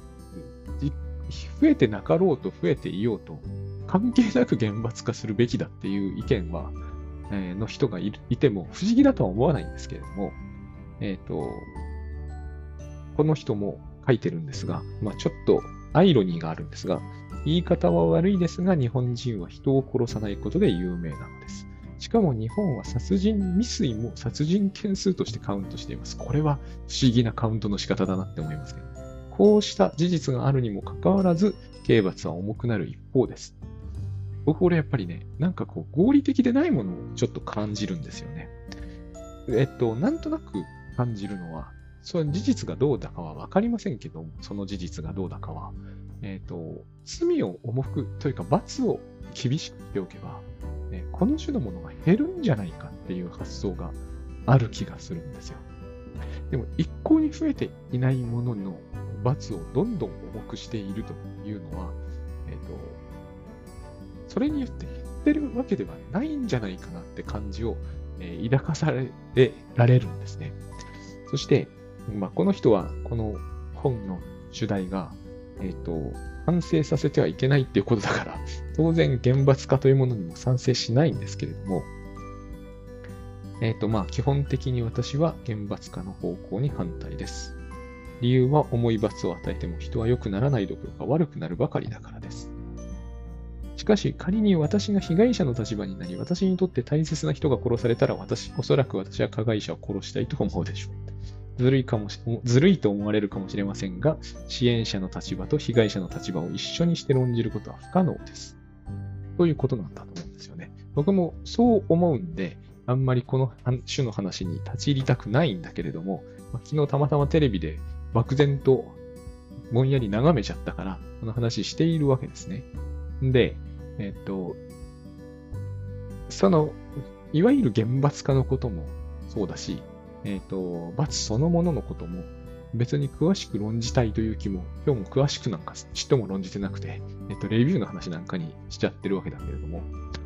[SPEAKER 1] 増えてなかろうと増えていようと、関係なく厳罰化するべきだっていう意見は、えー、の人がいるいても不思議だとは思わないんですけれども、えっと、この人も書いてるんですが、まあちょっとアイロニーがあるんですが、言い方は悪いですが、日本人は人を殺さないことで有名なのです。しかも日本は殺人未遂も殺人件数としてカウントしています。これは不思議なカウントの仕方だなって思いますけど。こうした事実があるにもかかわらず、刑罰は重くなる一方です。僕、これやっぱりね、なんかこう合理的でないものをちょっと感じるんですよね。えっと、なんとなく感じるのは、その事実がどうだかはわかりませんけど、その事実がどうだかは、えっと、罪を重くというか罰を厳しくしておけば、ね、この種のものが減るんじゃないかっていう発想がある気がするんですよ。でも一向に増えていないものの罰をどんどん重くしているというのは、えっと、それによって減ってるわけではないんじゃないかなって感じを、えー、抱かされられるんですね。そして、まあ、この人はこの本の主題が、えっと、反省させてはいけないっていうことだから、当然厳罰化というものにも賛成しないんですけれども、えっと、まあ、基本的に私は厳罰化の方向に反対です。理由は重い罰を与えても人は良くならないどころか悪くなるばかりだからです。しかし仮に私が被害者の立場になり、私にとって大切な人が殺されたら私、おそらく私は加害者を殺したいと思うでしょう。ずるいかもし、ずるいと思われるかもしれませんが、支援者の立場と被害者の立場を一緒にして論じることは不可能です。ということなんだと思うんですよね。僕もそう思うんで、あんまりこの種の話に立ち入りたくないんだけれども、まあ、昨日たまたまテレビで漠然とぼんやり眺めちゃったから、この話しているわけですね。で、えっと、その、いわゆる厳罰化のこともそうだし、えっと、罰そのもののことも別に詳しく論じたいという気も、今日も詳しくなんかちっとも論じてなくて、えっと、レビューの話なんかにしちゃってるわけだけれども、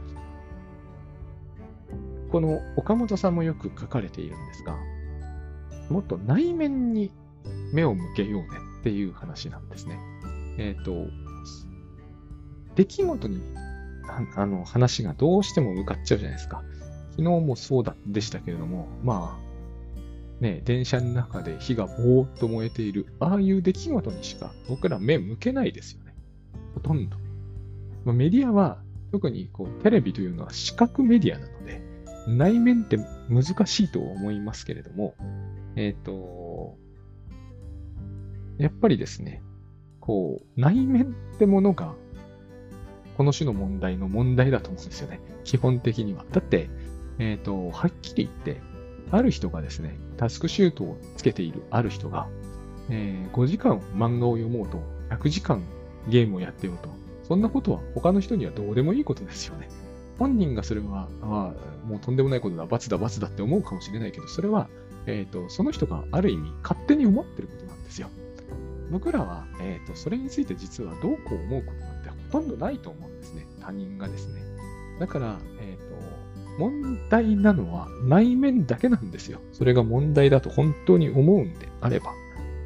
[SPEAKER 1] この岡本さんもよく書かれているんですが、もっと内面に目を向けようねっていう話なんですね。えっと、出来事にあの話がどうしても向かっちゃうじゃないですか。昨日もそうだでしたけれども、まあ、ね、電車の中で火がぼーっと燃えている、ああいう出来事にしか僕ら目向けないですよね。ほとんど。まあ、メディアは、特にこうテレビというのは視覚メディアなので、内面って難しいと思いますけれども、えっと、やっぱりですね、こう、内面ってものが、この種の問題の問題だと思うんですよね。基本的には。だって、えっと、はっきり言って、ある人がですね、タスクシュートをつけているある人が、えー、ごじかん漫画を読もうと、ひゃくじかんゲームをやってようと、そんなことは他の人にはどうでもいいことですよね。本人がそれは、ああ、もうとんでもないことだ、罰だ、罰だって思うかもしれないけど、それは、えっと、その人がある意味勝手に思ってることなんですよ。僕らは、えっと、それについて実はどうこう思うことなんてほとんどないと思うんですね。他人がですね。だから、えっと、問題なのは内面だけなんですよ。それが問題だと本当に思うんであれば。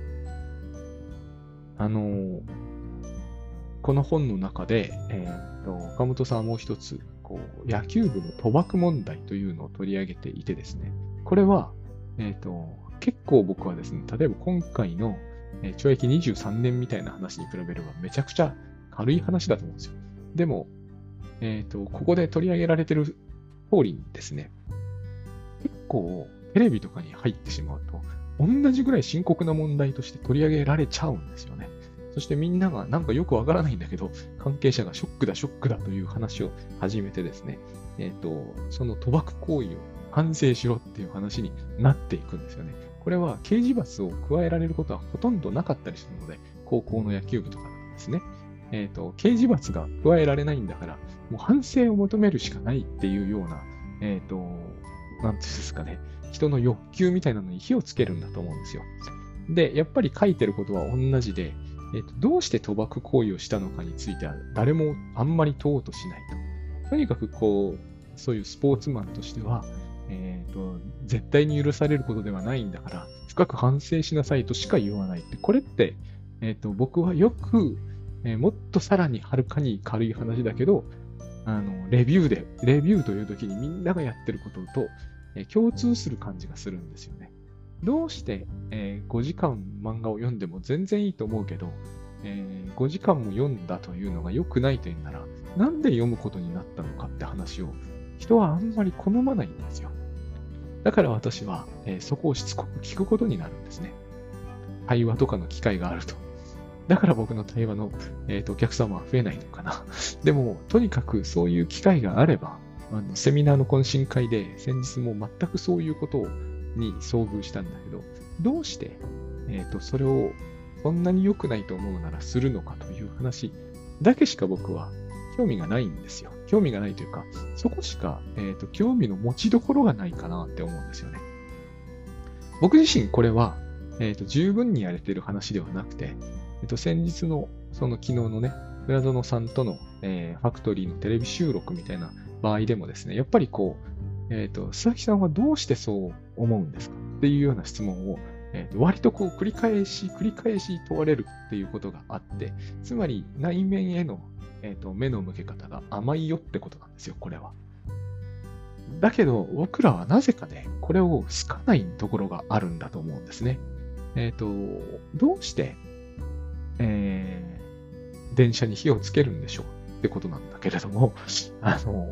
[SPEAKER 1] あの、この本の中で、えっと、岡本さんはもう一つ、こう、野球部の賭博問題というのを取り上げていてですね。これは、えっと、結構僕はですね、例えば今回のえー懲役にじゅうさんねんみたいな話に比べればめちゃくちゃ軽い話だと思うんですよ。でも、えっと、ここで取り上げられてる通りにですね、結構テレビとかに入ってしまうと、同じぐらい深刻な問題として取り上げられちゃうんですよね。そしてみんながなんかよくわからないんだけど、関係者がショックだ、ショックだという話を始めてですね、えっと、その賭博行為を反省しろっていう話になっていくんですよね。これは刑事罰を加えられることはほとんどなかったりするので、高校の野球部とかですね。えっと、刑事罰が加えられないんだから、もう反省を求めるしかないっていうような、えっと、なんていうんですかね、人の欲求みたいなのに火をつけるんだと思うんですよ。で、やっぱり書いてることは同じで、えっと、どうして賭博行為をしたのかについては誰もあんまり問おうとしないと。とにかくこう、そういうスポーツマンとしては、えっと、絶対に許されることではないんだから、深く反省しなさいとしか言わないって、これって、えっと、僕はよく、えーもっとさらにはるかに軽い話だけど、あの、レビューで、レビューという時にみんながやってることと、えー共通する感じがするんですよね。どうして、えーごじかん漫画を読んでも全然いいと思うけど、えーごじかんも読んだというのが良くないというなら、なんで読むことになったのかって話を、人はあんまり好まないんですよ。だから私は、えーそこをしつこく聞くことになるんですね。対話とかの機会があると。だから僕の対話の、えーとお客様は増えないのかな。でも、とにかくそういう機会があれば、あのセミナーの懇親会で先日も全くそういうことに遭遇したんだけど、どうして、えーとそれをそんなに良くないと思うならするのかという話だけしか僕は興味がないんですよ。興味がないというか、そこしか、えーと興味の持ちどころがないかなって思うんですよね。僕自身これは、えーと十分にやれてる話ではなくて、えっと、先日の、その昨日のね、倉園さんとの、えーファクトリーのテレビ収録みたいな場合でもですね、やっぱりこう、えっと、須崎さんはどうしてそう思うんですかっていうような質問を、えーと割とこう繰り返し繰り返し問われるっていうことがあって、つまり内面への、えーと目の向け方が甘いよってことなんですよ、これは。だけど、僕らはなぜかね、これを好かないところがあるんだと思うんですね。えっと、どうして、えー電車に火をつけるんでしょうってことなんだけれども、あの、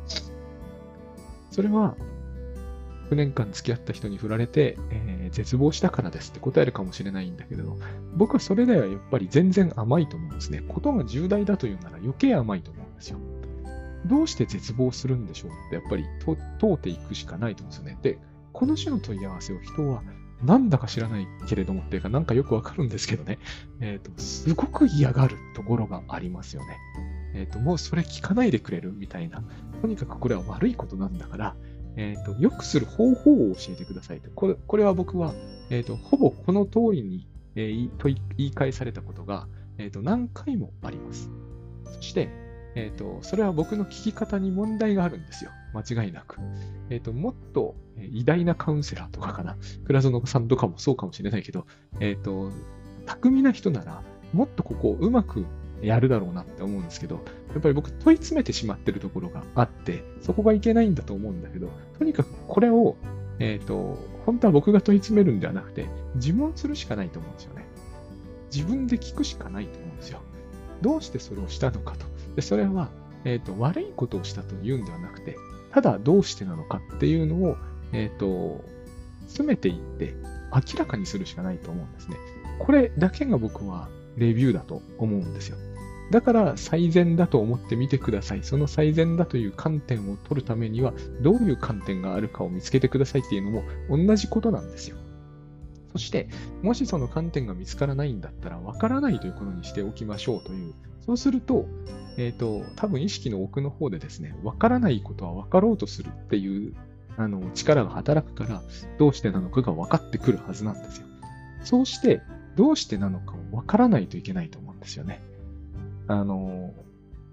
[SPEAKER 1] それは、きゅうねんかん付き合った人に振られて、えー絶望したからですって答えるかもしれないんだけれど、僕はそれではやっぱり全然甘いと思うんですね。ことが重大だというなら余計甘いと思うんですよ。どうして絶望するんでしょうってやっぱりと問うていくしかないと思うんですよね。で、この種の問い合わせを人はなんだか知らないけれどもっていうか、なんかよくわかるんですけどね。えっと、すごく嫌がるところがありますよね。えっと、もうそれ聞かないでくれるみたいな。とにかくこれは悪いことなんだから、えっと、良くする方法を教えてくださいと。これ、これは僕は、えっと、ほぼこの通りに、えー言い問い言い返されたことが、えっと、何回もあります。そして、えっと、それは僕の聞き方に問題があるんですよ。間違いなく。えっと、もっとえー偉大なカウンセラーとかかな。倉園さんとかもそうかもしれないけど、えっと、巧みな人なら、もっとここをうまくやるだろうなって思うんですけど、やっぱり僕問い詰めてしまってるところがあって、そこがいけないんだと思うんだけど、とにかくこれを、えっと、本当は僕が問い詰めるんではなくて、自問するしかないと思うんですよね。自分で聞くしかないと思うんですよ。どうしてそれをしたのかと。でそれは、えっと、悪いことをしたというんではなくて、ただどうしてなのかっていうのを、えっと、詰めていって明らかにするしかないと思うんですね。これだけが僕はレビューだと思うんですよ。だから最善だと思ってみてください。その最善だという観点を取るためには、どういう観点があるかを見つけてくださいっていうのも同じことなんですよ。そして、もしその観点が見つからないんだったら、わからないということにしておきましょうという。そうすると、えっと、多分意識の奥の方でですね、わからないことはわかろうとするっていう、あの、力が働くから、どうしてなのかが分かってくるはずなんですよ。そうして、どうしてなのかをわからないといけないと思うんですよね。あの、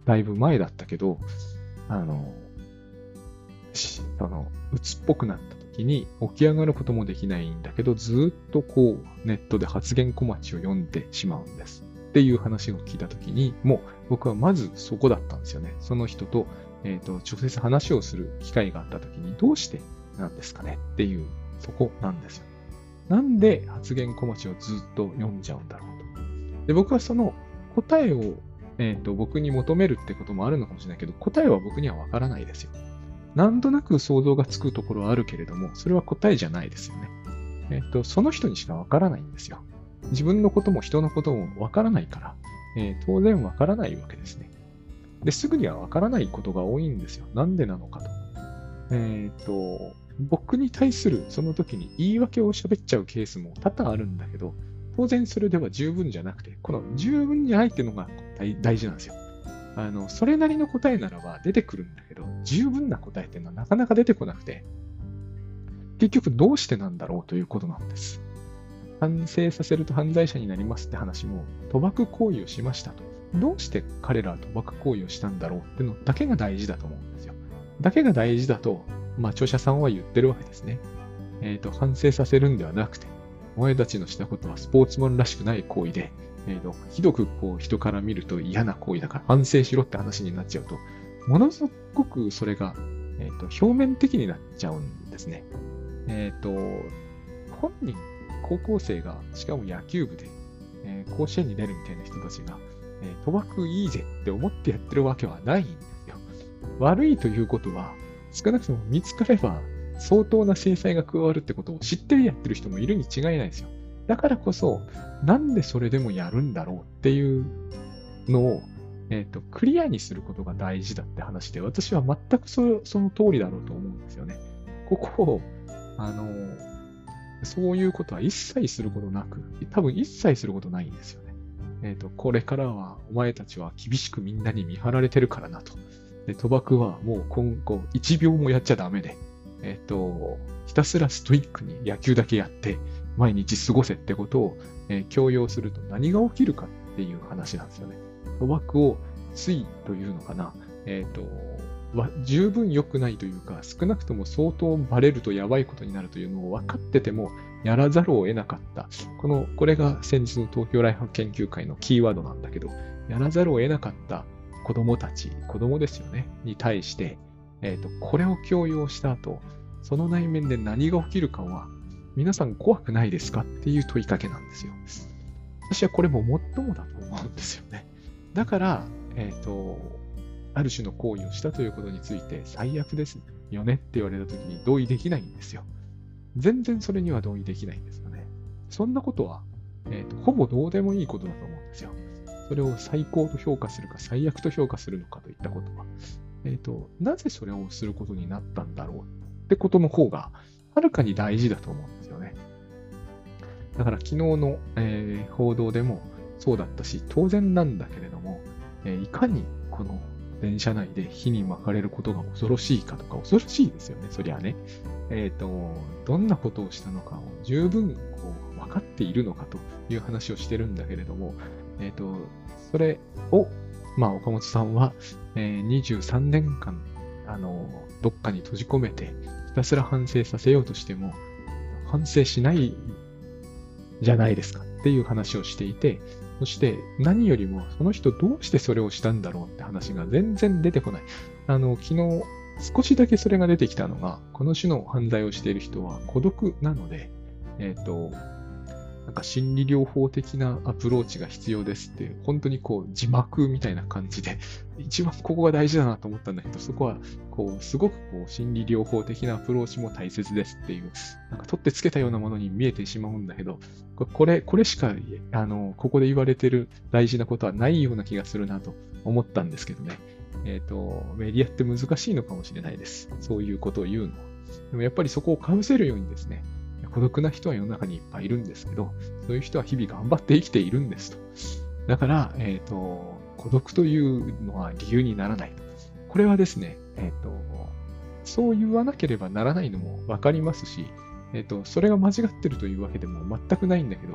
[SPEAKER 1] だいぶ前だったけど、あの、その、鬱っぽくなった時に起き上がることもできないんだけど、ずっとこう、ネットで発言小町を読んでしまうんです。っていう話を聞いた時に、もう僕はまずそこだったんですよね。その人と、えっと、直接話をする機会があった時に、どうしてなんですかねっていう、そこなんですよ。なんで発言小町をずっと読んじゃうんだろうと。で、僕はその答えを、えっと、僕に求めるってこともあるのかもしれないけど、答えは僕にはわからないですよ。なんとなく想像がつくところはあるけれども、それは答えじゃないですよね。えっと、その人にしかわからないんですよ。自分のことも人のこともわからないから、えー、当然わからないわけですね。で、すぐにはわからないことが多いんですよ。なんでなのかと。えっと、僕に対するその時に言い訳を喋っちゃうケースも多々あるんだけど、当然それでは十分じゃなくて、この十分じゃないっていうのが大事なんですよ。あの、それなりの答えならば出てくるんだけど、十分な答えっていうのはなかなか出てこなくて、結局どうしてなんだろうということなんです。反省させると犯罪者になりますって話も、賭博行為をしましたと。どうして彼らは賭博行為をしたんだろうっていうのだけが大事だと思うんですよ。だけが大事だと、まあ、著者さんは言ってるわけですね。えっと、反省させるんではなくて、お前たちのしたことはスポーツマンらしくない行為で、えっと、ひどくこう人から見ると嫌な行為だから反省しろって話になっちゃうと、ものすごくそれが、えっと、表面的になっちゃうんですね。えっと、本人、高校生が、しかも野球部で、えー、甲子園に出るみたいな人たちが、えー、賭博いいぜって思ってやってるわけはないんですよ。悪いということは、少なくとも見つかれば相当な制裁が加わるってことを知ってやってる人もいるに違いないですよ。だからこそ、なんでそれでもやるんだろうっていうのを、えっと、クリアにすることが大事だって話で、私は全くそその通りだろうと思うんですよね。ここを、あの、そういうことは一切することなく、多分一切することないんですよね。えっと、これからはお前たちは厳しくみんなに見張られてるからなと。で、賭博はもう今後一秒もやっちゃダメで、えっと、ひたすらストイックに野球だけやって毎日過ごせってことを、えー、強要すると何が起きるかっていう話なんですよね。賭博をついというのかな。えっと、は十分良くないというか、少なくとも相当バレるとやばいことになるというのを分かっててもやらざるを得なかった。この、これが先日の東京ライフ研究会のキーワードなんだけど、やらざるを得なかった子供たち、子供ですよね、に対して、えっと、これを強要した後、その内面で何が起きるかは、皆さん怖くないですかっていう問いかけなんですよ。私はこれも最もだと思うんですよね。だから、えっと、ある種の行為をしたということについて最悪ですよねって言われたときに同意できないんですよ。全然それには同意できないんですよね。そんなことは、えーと、ほぼどうでもいいことだと思うんですよ。それを最高と評価するか最悪と評価するのかといったことは。えっと、なぜそれをすることになったんだろうってことの方がはるかに大事だと思うんですよね。だから昨日の、えー、報道でもそうだったし、当然なんだけれども、えー、いかにこの電車内で火に巻かれることが恐ろしいかとか、恐ろしいですよね、そりゃね。えっと、どんなことをしたのかを十分こう分かっているのかという話をしてるんだけれども、えっと、それを、まあ、岡本さんは、えー、にじゅうさんねんかん、あの、どっかに閉じ込めて、ひたすら反省させようとしても、反省しないじゃないですかっていう話をしていて、そして何よりもその人どうしてそれをしたんだろうって話が全然出てこない。あの、昨日少しだけそれが出てきたのが、この種の犯罪をしている人は孤独なので、えっと、なんか心理療法的なアプローチが必要ですって、本当にこう字幕みたいな感じで、一番ここが大事だなと思ったんだけど、そこはこうすごくこう心理療法的なアプローチも大切ですっていう、なんか取ってつけたようなものに見えてしまうんだけど、これ、これしか、あの、ここで言われてる大事なことはないような気がするなと思ったんですけどね。えっと、メディアって難しいのかもしれないです。そういうことを言うのは。でもやっぱりそこをかぶせるようにですね、孤独な人は世の中にいっぱいいるんですけど、そういう人は日々頑張って生きているんですと。だから、えっと、孤独というのは理由にならない。これはですね、えっと、そう言わなければならないのもわかりますし、えっと、それが間違ってるというわけでも全くないんだけど、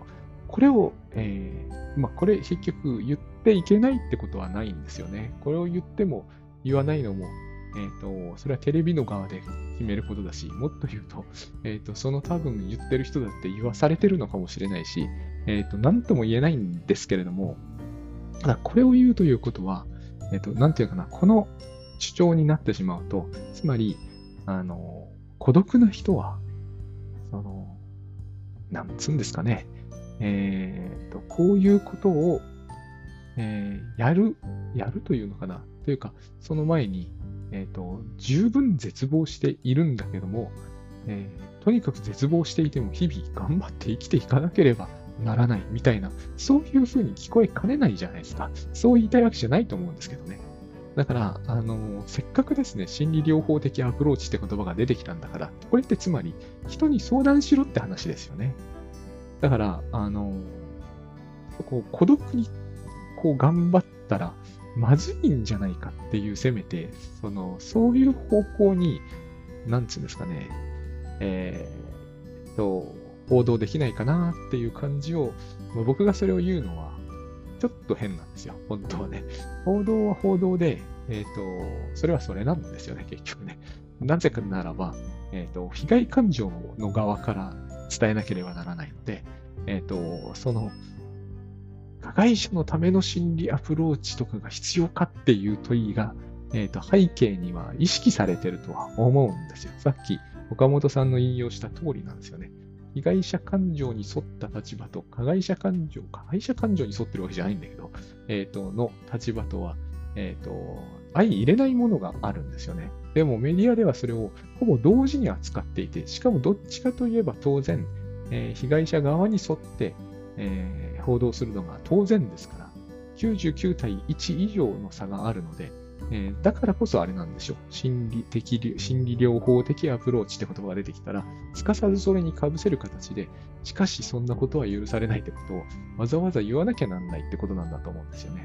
[SPEAKER 1] これを、えー、まあ、これ結局言っていけないってことはないんですよね。これを言っても言わないのも、えっと、それはテレビの側で決めることだし、もっと言うと、えっと、その多分言ってる人だって言わされてるのかもしれないし、えっと、なんとも言えないんですけれども、ただこれを言うということは、えっと、なんていうかな、この主張になってしまうと、つまり、あの、孤独な人は、その、なんつうんですかね、えっと、こういうことを、えーやる、やるというのかな、というか、その前に、えっと、十分絶望しているんだけども、えーとにかく絶望していても日々頑張って生きていかなければならないみたいな、そういうふうに聞こえかねないじゃないですか。そう言いたいわけじゃないと思うんですけどね。だから、あの、せっかくですね、心理療法的アプローチって言葉が出てきたんだから、これってつまり、人に相談しろって話ですよね。だから、あの、こう孤独にこう頑張ったら、まずいんじゃないかっていう、せめて、その、そういう方向に、なんつうんですかね、えーっと、報道できないかなっていう感じを、まあ僕がそれを言うのは、ちょっと変なんですよ、本当はね。報道は報道で、えーっと、それはそれなんですよね、結局ね。なぜかならば、えーっと、被害感情の側から伝えなければならないので、えーっと、その、加害者のための心理アプローチとかが必要かっていう問いが、えっと、背景には意識されてるとは思うんですよ。さっき岡本さんの引用した通りなんですよね。被害者感情に沿った立場と加害者感情、加害者感情に沿ってるわけじゃないんだけど、えっと、の立場とは、えっと、相入れないものがあるんですよね。でもメディアではそれをほぼ同時に扱っていて、しかもどっちかといえば当然、えー被害者側に沿って、えー報道するのが当然ですから、きゅうじゅうきゅう対いち以上の差があるので、えーだからこそあれなんでしょう。心理的、心理療法的アプローチって言葉が出てきたら、すかさずそれに被せる形で、しかしそんなことは許されないってことをわざわざ言わなきゃなんないってことなんだと思うんですよね。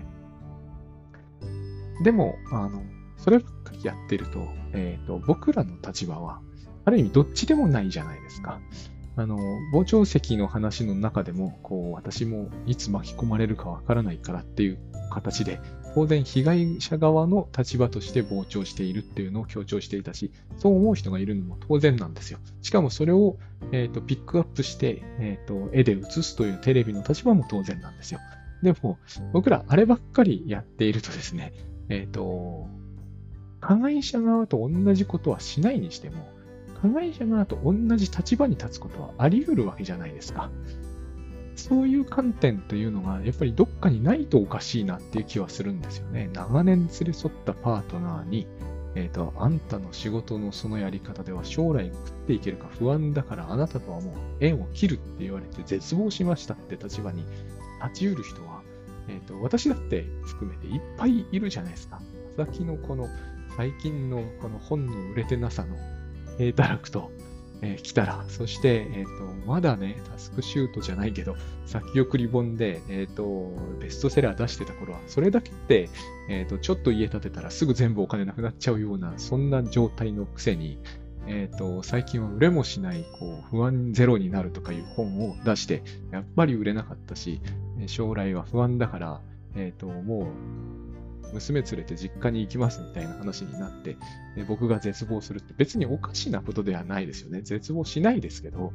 [SPEAKER 1] でも、あの、そればっかりやってると、えっと、僕らの立場は、ある意味どっちでもないじゃないですか。あの、傍聴席の話の中でも、こう、私もいつ巻き込まれるかわからないからっていう形で、当然被害者側の立場として傍聴しているっていうのを強調していたし、そう思う人がいるのも当然なんですよ。しかもそれを、えっと、ピックアップして、えっと、絵で映すというテレビの立場も当然なんですよ。でも、僕らあればっかりやっているとですね、えっと、加害者側と同じことはしないにしても、加害者側と同じ立場に立つことはあり得るわけじゃないですか。そういう観点というのが、やっぱりどっかにないとおかしいなっていう気はするんですよね。長年連れ添ったパートナーに、えっと、あんたの仕事のそのやり方では将来食っていけるか不安だからあなたとはもう縁を切るって言われて絶望しましたって立場に立ち得る人は、えっと、私だって含めていっぱいいるじゃないですか。先のこの最近のこの本の売れてなさの低たらくと、えー来たら、そして、えっと、まだね、タスクシュートじゃないけど、先送り本で、えっと、ベストセラー出してた頃は、それだけって、えっと、ちょっと家建てたらすぐ全部お金なくなっちゃうような、そんな状態のくせに、えっと、最近は売れもしない、こう、不安ゼロになるとかいう本を出して、やっぱり売れなかったし、え将来は不安だから、えっと、もう、娘連れて実家に行きますみたいな話になって、で僕が絶望するって別におかしなことではないですよね。絶望しないですけど。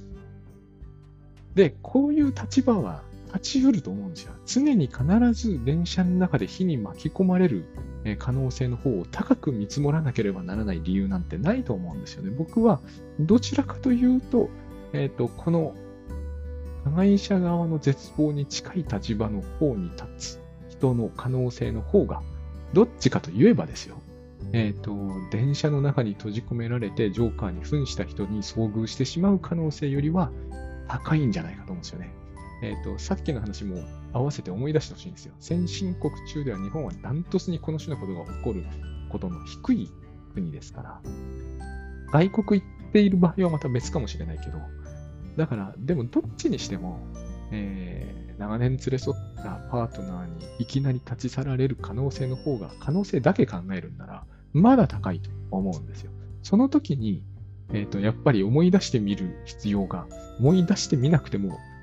[SPEAKER 1] で、こういう立場は立ち得ると思うんですよ。常に必ず電車の中で火に巻き込まれるえー可能性の方を高く見積もらなければならない理由なんてないと思うんですよね。僕はどちらかというと、えっと、この加害者側の絶望に近い立場の方に立つ人の可能性の方が、どっちかと言えばですよ。えっと、電車の中に閉じ込められてジョーカーに扮した人に遭遇してしまう可能性よりは高いんじゃないかと思うんですよね。えっと、さっきの話も合わせて思い出してほしいんですよ。先進国中では日本はダントツにこの種のことが起こることの低い国ですから、外国行っている場合はまた別かもしれないけど、だから、でもどっちにしても、えー長年連れ添ったパートナーにいきなり立ち去られる可能性の方が、可能性だけ考えるんなら、まだ高いと思うんですよ。その時に、えっと、やっぱり思い出してみる必要が、思い出してみなくても、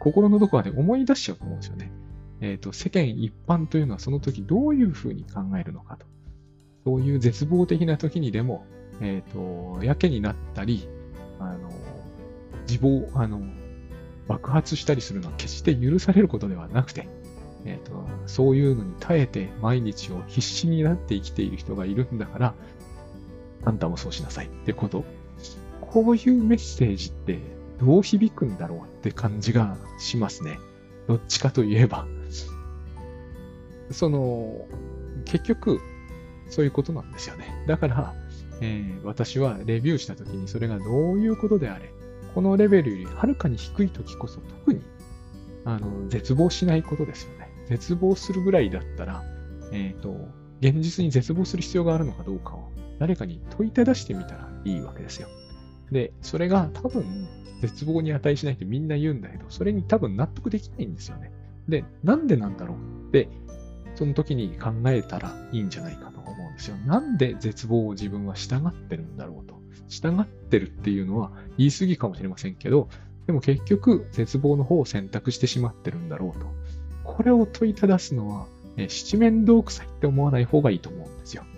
[SPEAKER 1] 心のどこかで思い出しちゃうと思うんですよね。えっと、世間一般というのはその時どういうふうに考えるのかと。そういう絶望的な時にでも、えっと、やけになったり、あの、自暴、あの、爆発したりするのは決して許されることではなくて、えっと、そういうのに耐えて毎日を必死になって生きている人がいるんだから、あんたもそうしなさいってこと。こういうメッセージってどう響くんだろうって感じがしますね。どっちかといえば。その、結局、そういうことなんですよね。だから、えー私はレビューしたときにそれがどういうことであれ、このレベルよりはるかに低いときこそ特に、あの、絶望しないことですよね。絶望するぐらいだったら、えっと、現実に絶望する必要があるのかどうかを誰かに問いただしてみたらいいわけですよ。で、それが多分絶望に値しないってみんな言うんだけど、それに多分納得できないんですよね。で、なんでなんだろうって、その時に考えたらいいんじゃないかと思うんですよ。なんで絶望を自分は従ってるんだろうと。従ってるっていうのは言い過ぎかもしれませんけど、でも結局絶望の方を選択してしまってるんだろうと。これを問いただすのは、え七面倒くさいって思わない方がいいと思うんですよ。